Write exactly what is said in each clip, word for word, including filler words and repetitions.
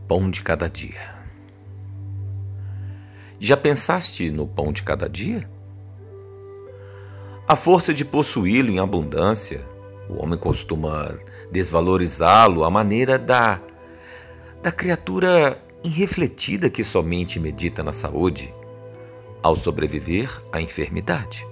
Pão de cada dia. Já pensaste no pão de cada dia? A força de possuí-lo em abundância, o homem costuma desvalorizá-lo à maneira da, da criatura irrefletida que somente medita na saúde, ao sobreviver à enfermidade.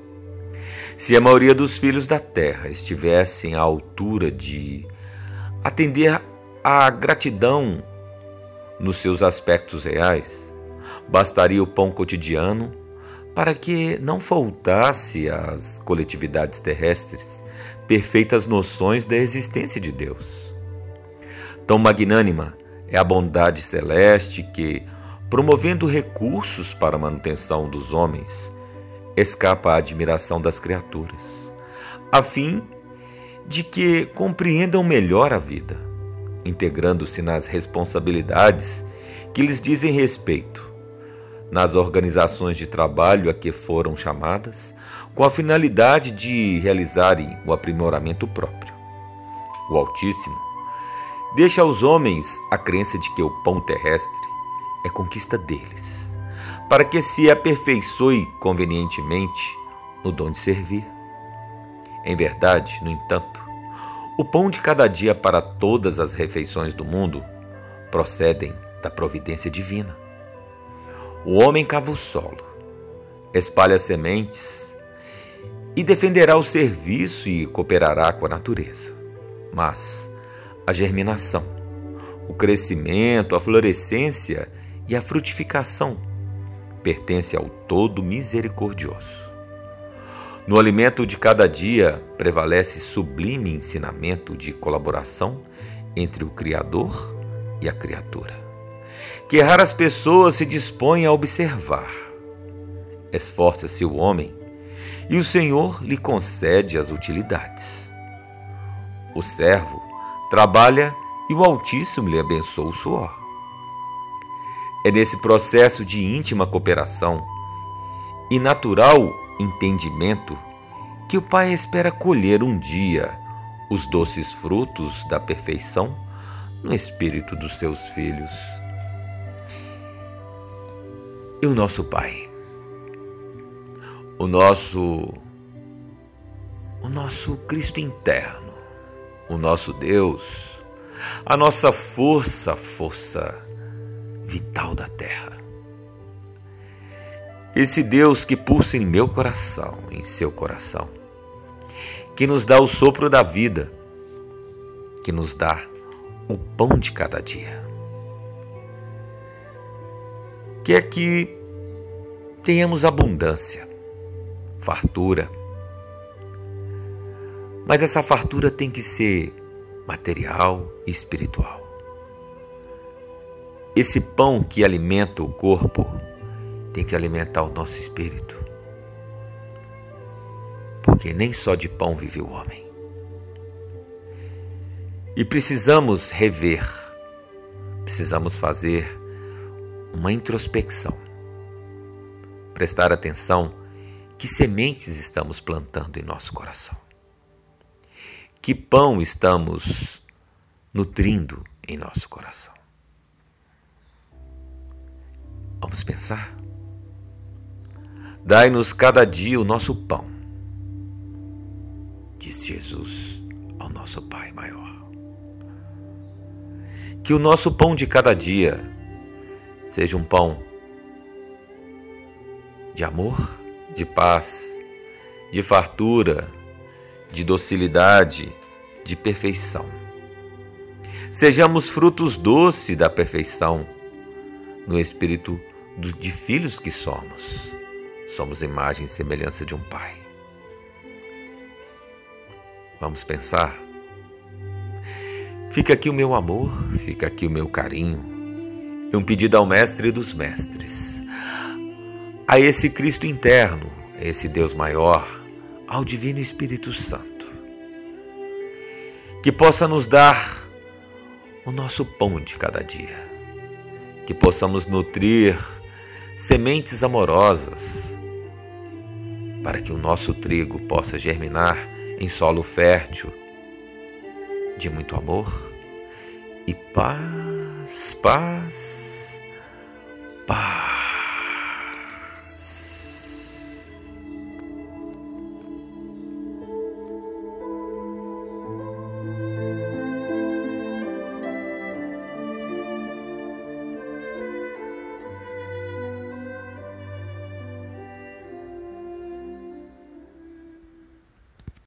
Se a maioria dos filhos da terra estivessem à altura de atender à gratidão nos seus aspectos reais, bastaria o pão cotidiano para que não faltasse às coletividades terrestres perfeitas noções da existência de Deus. Tão magnânima é a bondade celeste que, promovendo recursos para a manutenção dos homens, escapa à admiração das criaturas, a fim de que compreendam melhor a vida, integrando-se nas responsabilidades que lhes dizem respeito, nas organizações de trabalho a que foram chamadas, com a finalidade de realizarem o aprimoramento próprio. O Altíssimo deixa aos homens a crença de que o pão terrestre é conquista deles, para que se aperfeiçoe convenientemente no dom de servir. Em verdade, no entanto, o pão de cada dia para todas as refeições do mundo procedem da providência divina. O homem cava o solo, espalha sementes e defenderá o serviço e cooperará com a natureza. Mas a germinação, o crescimento, a florescência e a frutificação pertence ao Todo Misericordioso. No alimento de cada dia prevalece sublime ensinamento de colaboração entre o Criador e a criatura, que raras pessoas se dispõem a observar. Esforça-se o homem e o Senhor lhe concede as utilidades. O servo trabalha e o Altíssimo lhe abençoa o suor. É nesse processo de íntima cooperação e natural entendimento que o Pai espera colher um dia os doces frutos da perfeição no espírito dos seus filhos. E o nosso Pai, o nosso, o nosso Cristo interno, o nosso Deus, a nossa força, a força vital da terra. Esse Deus que pulsa em meu coração, em seu coração, que nos dá o sopro da vida, que nos dá o pão de cada dia. Quer que tenhamos abundância, fartura, mas essa fartura tem que ser material e espiritual. Esse pão que alimenta o corpo tem que alimentar o nosso espírito, porque nem só de pão vive o homem. E precisamos rever, precisamos fazer uma introspecção, prestar atenção que sementes estamos plantando em nosso coração, que pão estamos nutrindo em nosso coração. Vamos pensar? Dai-nos cada dia o nosso pão, disse Jesus ao nosso Pai maior. Que o nosso pão de cada dia seja um pão de amor, de paz, de fartura, de docilidade, de perfeição. Sejamos frutos doces da perfeição no espírito de filhos que somos. Somos imagem e semelhança de um Pai. Vamos pensar? Fica aqui o meu amor, fica aqui o meu carinho, e um pedido ao Mestre dos Mestres, a esse Cristo interno, a esse Deus maior, ao Divino Espírito Santo, que possa nos dar o nosso pão de cada dia, que possamos nutrir sementes amorosas, para que o nosso trigo possa germinar em solo fértil, de muito amor e paz Paz, paz.